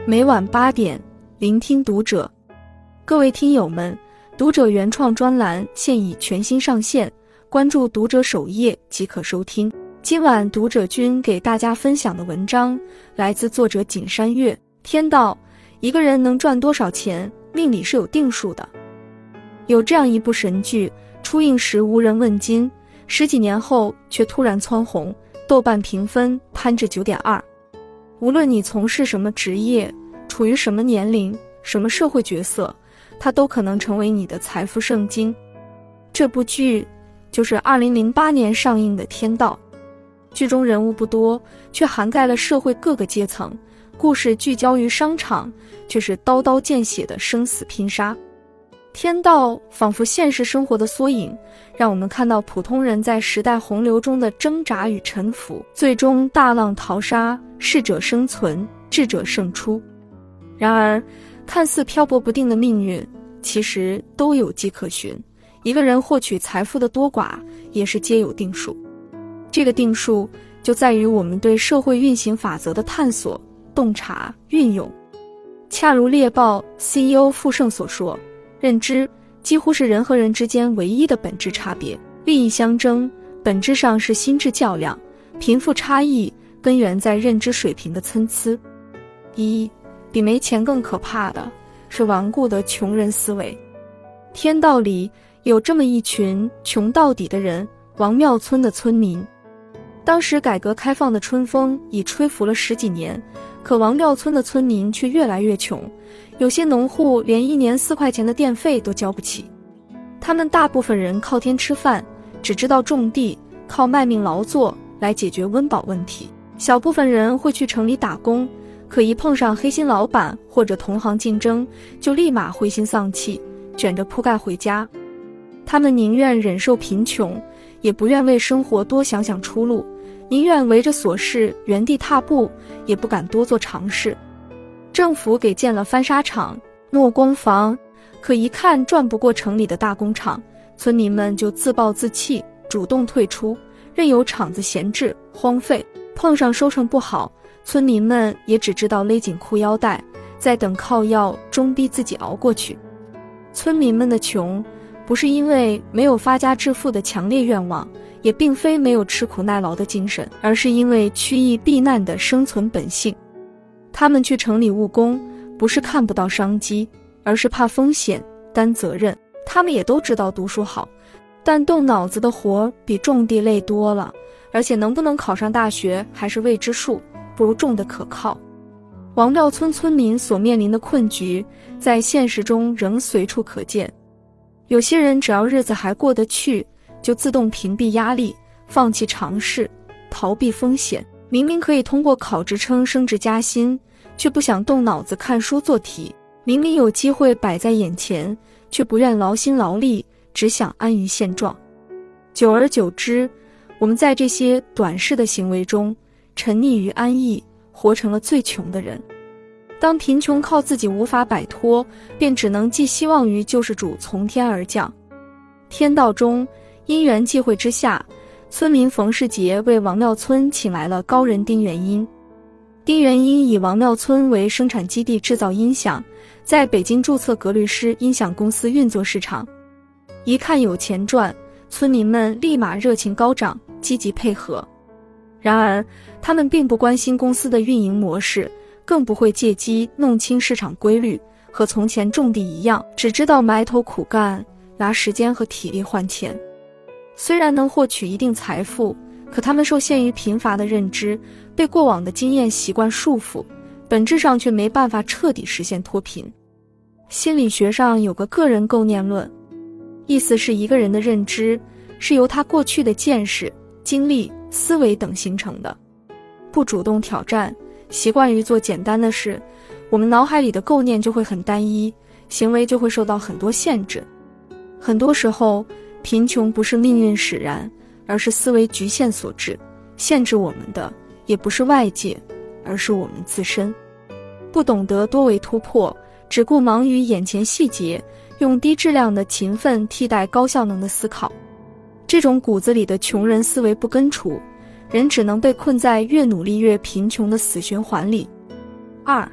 每晚8点，聆听读者。各位听友们，读者原创专栏现已全新上线，关注读者首页即可收听。今晚读者君给大家分享的文章来自作者景山月。天道，一个人能赚多少钱，命里是有定数的。有这样一部神剧，初映时无人问津，10几年后却突然蹿红，豆瓣评分攀至 9.2。 无论你从事什么职业，处于什么年龄，什么社会角色，它都可能成为你的财富圣经。这部剧就是2008年上映的《天道》。剧中人物不多，却涵盖了社会各个阶层，故事聚焦于商场，却是刀刀见血的生死拼杀。天道仿佛现实生活的缩影，让我们看到普通人在时代洪流中的挣扎与沉浮，最终大浪淘沙，适者生存，智者胜出。然而，看似漂泊不定的命运，其实都有迹可循。一个人获取财富的多寡，也是皆有定数。这个定数就在于我们对社会运行法则的探索、洞察、运用。恰如猎豹 CEO 傅盛所说，认知几乎是人和人之间唯一的本质差别，利益相争本质上是心智较量，贫富差异根源在认知水平的参差。比没钱更可怕的是顽固的穷人思维。天道里有这么一群穷到底的人，王庙村的村民。当时改革开放的春风已吹拂了10几年，可王庙村的村民却越来越穷，有些农户连1年4块钱的电费都交不起。他们大部分人靠天吃饭，只知道种地，靠卖命劳作来解决温饱问题。小部分人会去城里打工，可一碰上黑心老板或者同行竞争，就立马灰心丧气，卷着铺盖回家。他们宁愿忍受贫穷，也不愿为生活多想想出路，宁愿围着琐事原地踏步，也不敢多做尝试。政府给建了翻砂厂、诺工房，可一看转不过城里的大工厂，村民们就自暴自弃，主动退出，任由厂子闲置荒废。碰上收成不好，村民们也只知道勒紧裤腰带，再等靠要终逼自己熬过去。村民们的穷，不是因为没有发家致富的强烈愿望，也并非没有吃苦耐劳的精神，而是因为趋易避难的生存本性。他们去城里务工，不是看不到商机，而是怕风险，担责任。他们也都知道读书好，但动脑子的活比种地累多了，而且能不能考上大学还是未知数，不如种的可靠。王庙村村民所面临的困局，在现实中仍随处可见。有些人只要日子还过得去，就自动屏蔽压力，放弃尝试，逃避风险。明明可以通过考职称升职加薪，却不想动脑子看书做题。明明有机会摆在眼前，却不愿劳心劳力，只想安于现状。久而久之，我们在这些短视的行为中沉溺于安逸，活成了最穷的人。当贫穷靠自己无法摆脱，便只能寄希望于救世主从天而降。天道中，因缘际会之下，村民冯世杰为王庙村请来了高人丁元英。丁元英以王庙村为生产基地制造音响，在北京注册格律诗音响公司运作市场。一看有钱赚，村民们立马热情高涨，积极配合。然而，他们并不关心公司的运营模式，更不会借机弄清市场规律，和从前种地一样，只知道埋头苦干，拿时间和体力换钱。虽然能获取一定财富，可他们受限于贫乏的认知，被过往的经验习惯束缚，本质上却没办法彻底实现脱贫。心理学上有个个人构念论，意思是一个人的认知是由他过去的见识、经历、思维等形成的。不主动挑战，习惯于做简单的事，我们脑海里的构念就会很单一，行为就会受到很多限制。很多时候，贫穷不是命运使然，而是思维局限所致，限制我们的也不是外界，而是我们自身。不懂得多维突破，只顾忙于眼前细节，用低质量的勤奋替代高效能的思考。这种骨子里的穷人思维不根除，人只能被困在越努力越贫穷的死循环里。2.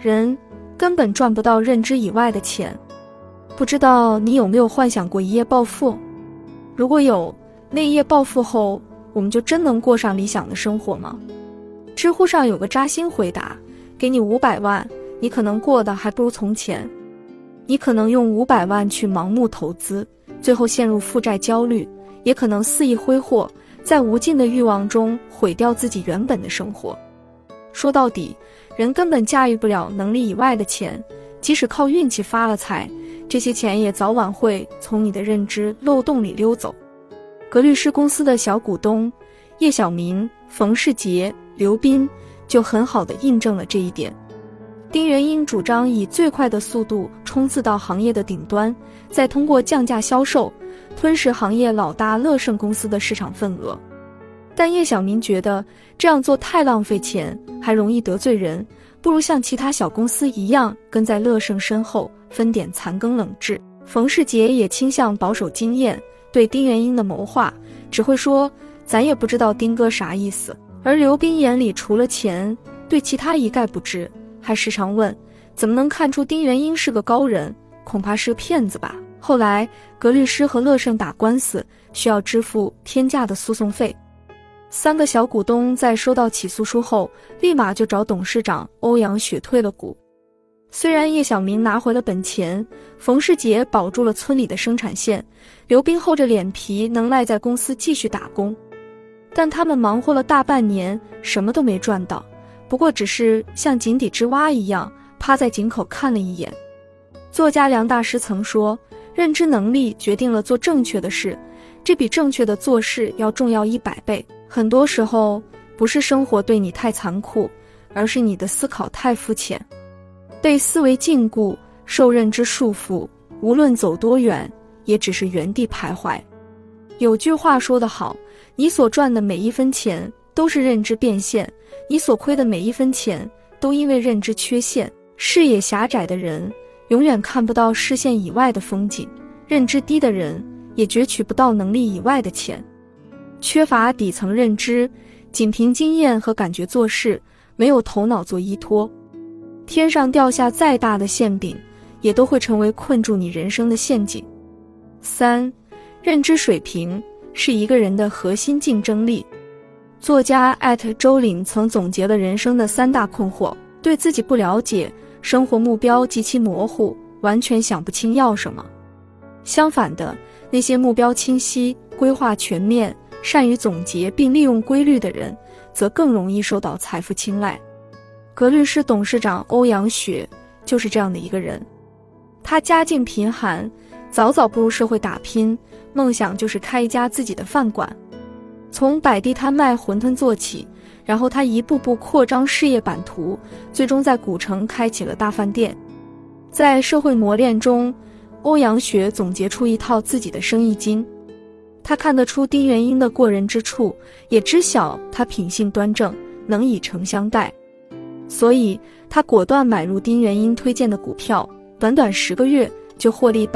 人根本赚不到认知以外的钱。不知道你有没有幻想过一夜暴富？如果有，那一夜暴富后，我们就真能过上理想的生活吗？知乎上有个扎心回答，给你500万，你可能过得还不如从前。你可能用500万去盲目投资，最后陷入负债焦虑，也可能肆意挥霍，在无尽的欲望中毁掉自己原本的生活。说到底，人根本驾驭不了能力以外的钱，即使靠运气发了财，这些钱也早晚会从你的认知漏洞里溜走。格律诗公司的小股东叶晓明、冯世杰、刘斌就很好地印证了这一点。丁元英主张以最快的速度冲刺到行业的顶端，再通过降价销售吞噬行业老大乐盛公司的市场份额。但叶晓明觉得这样做太浪费钱，还容易得罪人，不如像其他小公司一样跟在乐盛身后分点残羹冷炙。冯世杰也倾向保守经验，对丁元英的谋划只会说咱也不知道丁哥啥意思，而刘斌眼里除了钱对其他一概不知，还时常问怎么能看出丁元英是个高人，恐怕是个骗子吧。后来格律诗和乐盛打官司，需要支付天价的诉讼费。3个小股东在收到起诉书后，立马就找董事长欧阳雪退了股。虽然叶晓明拿回了本钱，冯世杰保住了村里的生产线，刘斌厚着脸皮能赖在公司继续打工，但他们忙活了大半年，什么都没赚到，不过只是像井底之蛙一样趴在井口看了一眼。作家梁大师曾说，认知能力决定了做正确的事，这比正确的做事要重要100倍。很多时候不是生活对你太残酷，而是你的思考太肤浅。被思维禁锢，受认知束缚，无论走多远，也只是原地徘徊。有句话说得好，你所赚的每一分钱都是认知变现，你所亏的每一分钱都因为认知缺陷。视野狭窄的人永远看不到视线以外的风景，认知低的人也攫取不到能力以外的钱。缺乏底层认知，仅凭经验和感觉做事，没有头脑做依托，天上掉下再大的馅饼，也都会成为困住你人生的陷阱。3. 认知水平是一个人的核心竞争力。作家周岭曾总结了人生的3大困惑：对自己不了解，生活目标极其模糊，完全想不清要什么。相反的，那些目标清晰、规划全面、善于总结并利用规律的人，则更容易受到财富青睐。格律诗董事长欧阳雪就是这样的一个人。他家境贫寒，早早步入社会打拼，梦想就是开一家自己的饭馆。从摆地摊卖馄饨做起，然后他一步步扩张事业版图，最终在古城开启了大饭店。在社会磨练中，欧阳雪总结出一套自己的生意经。他看得出丁元英的过人之处，也知晓他品性端正，能以诚相待，所以他果断买入丁元英推荐的股票，短短10个月就获利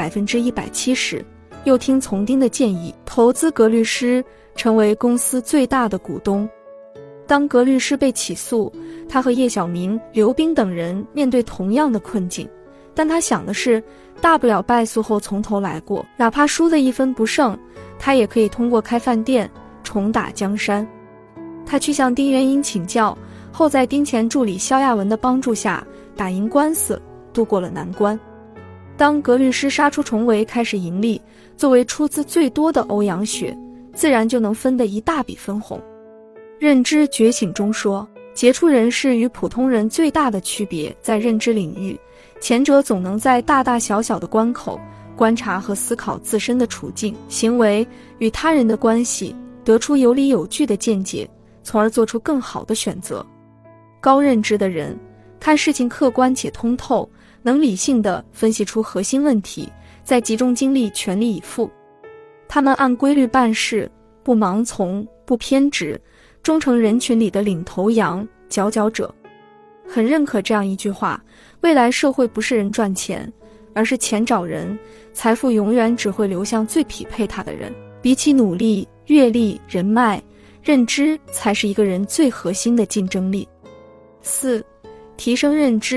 170%，又听从丁的建议，投资格律诗，成为公司最大的股东。当格律诗被起诉，他和叶晓明、刘斌等人面对同样的困境，但他想的是，大不了败诉后从头来过，哪怕输得1分不剩，他也可以通过开饭店重打江山。他去向丁元英请教，后在丁前助理萧亚文的帮助下打赢官司，度过了难关。当格律诗杀出重围开始盈利，作为出资最多的欧阳雪自然就能分得一大笔分红。认知觉醒中说，杰出人士与普通人最大的区别在认知领域，前者总能在大大小小的关口观察和思考自身的处境、行为与他人的关系，得出有理有据的见解，从而做出更好的选择。高认知的人看事情客观且通透，能理性地分析出核心问题，再集中精力全力以赴。他们按规律办事，不盲从，不偏执，终成人群里的领头羊、佼佼者。很认可这样一句话，未来社会不是人赚钱，而是钱找人，财富永远只会流向最匹配他的人。比起努力、阅历、人脉，认知才是一个人最核心的竞争力。4. 提升认知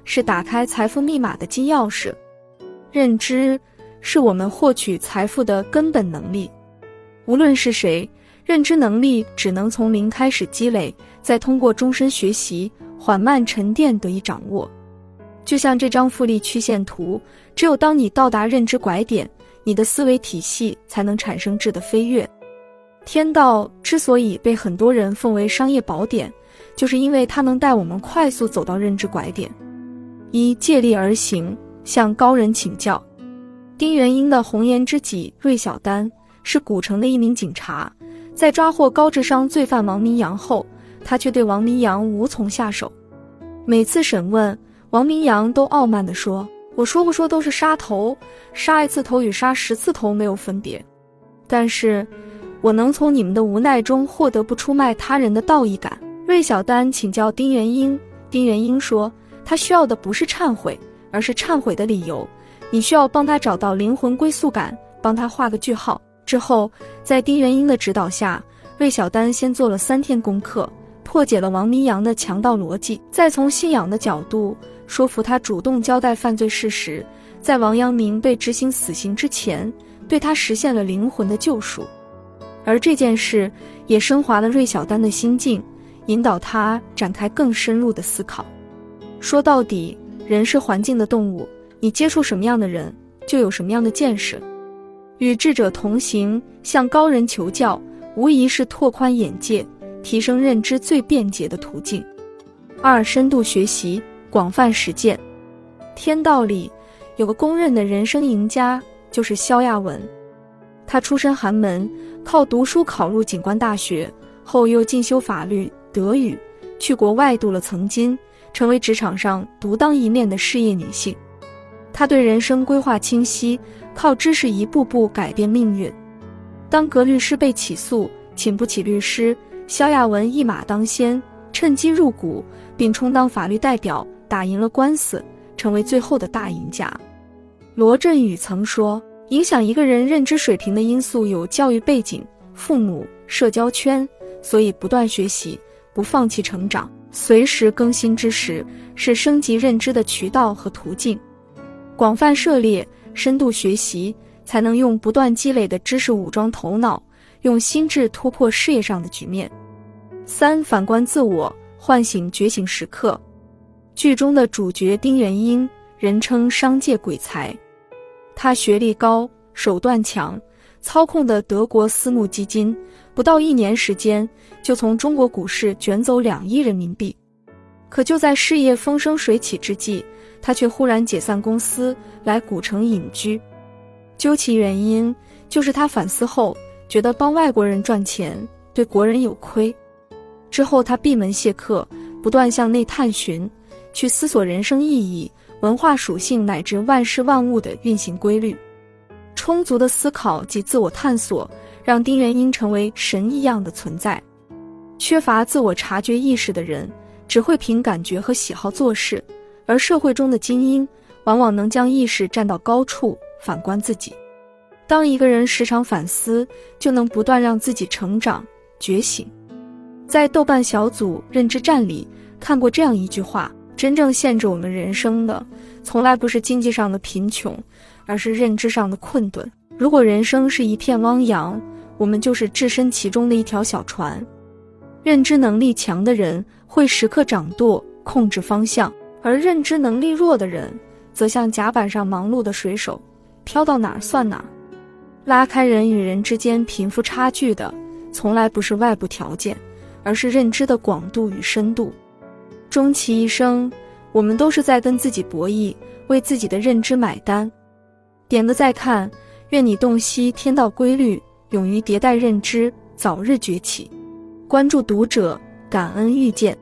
是打开财富密码的金钥匙。认知是我们获取财富的根本能力。无论是谁，认知能力只能从零开始积累，再通过终身学习缓慢沉淀得以掌握。就像这张复利曲线图，只有当你到达认知拐点，你的思维体系才能产生质的飞跃。天道之所以被很多人奉为商业宝典，就是因为它能带我们快速走到认知拐点。一、借力而行，向高人请教。丁元英的红颜知己芮小丹是古城的一名警察，在抓获高智商罪犯王明阳后，他却对王明阳无从下手。每次审问，王明阳都傲慢地说：“我说不说都是杀头，杀一次头与杀10次头没有分别。但是，我能从你们的无奈中获得不出卖他人的道义感。”芮小丹请教丁元英，丁元英说，他需要的不是忏悔，而是忏悔的理由。你需要帮他找到灵魂归宿感，帮他画个句号。之后，在丁元英的指导下，芮小丹先做了3天功课，破解了王明阳的强盗逻辑，再从信仰的角度说服他主动交代犯罪事实，在王阳明被执行死刑之前，对他实现了灵魂的救赎。而这件事也升华了芮小丹的心境，引导他展开更深入的思考。说到底，人是环境的动物，你接触什么样的人，就有什么样的见识。与智者同行，向高人求教，无疑是拓宽眼界、提升认知最便捷的途径。2、深度学习，广泛实践。天道里有个公认的人生赢家，就是萧亚文。他出身寒门，靠读书考入警官大学，后又进修法律、德语，去国外镀了层金，成为职场上独当一面的事业女性。她对人生规划清晰，靠知识一步步改变命运。当葛律师被起诉，请不起律师，萧亚文一马当先，趁机入股，并充当法律代表，打赢了官司，成为最后的大赢家。罗振宇曾说，影响一个人认知水平的因素有教育背景、父母、社交圈，所以不断学习，不放弃成长，随时更新知识，是升级认知的渠道和途径。广泛涉猎，深度学习，才能用不断积累的知识武装头脑，用心智突破事业上的局面。3、反观自我，唤醒觉醒时刻。剧中的主角丁元英，人称商界鬼才。他学历高，手段强，操控的德国私募基金，不到1年时间，就从中国股市卷走2亿人民币。可就在事业风生水起之际，他却忽然解散公司，来古城隐居。究其原因，就是他反思后，觉得帮外国人赚钱，对国人有亏。之后他闭门谢客，不断向内探寻，去思索人生意义、文化属性乃至万事万物的运行规律。充足的思考及自我探索，让丁元英成为神一样的存在。缺乏自我察觉意识的人，只会凭感觉和喜好做事，而社会中的精英往往能将意识站到高处，反观自己。当一个人时常反思，就能不断让自己成长觉醒。在豆瓣小组认知战里看过这样一句话，真正限制我们人生的，从来不是经济上的贫穷，而是认知上的困顿。如果人生是一片汪洋，我们就是置身其中的一条小船。认知能力强的人会时刻掌舵，控制方向，而认知能力弱的人则像甲板上忙碌的水手，飘到哪儿算哪儿。拉开人与人之间贫富差距的，从来不是外部条件，而是认知的广度与深度。终其一生，我们都是在跟自己博弈，为自己的认知买单。点个再看，愿你洞悉天道规律，勇于迭代认知，早日崛起。关注读者，感恩遇见。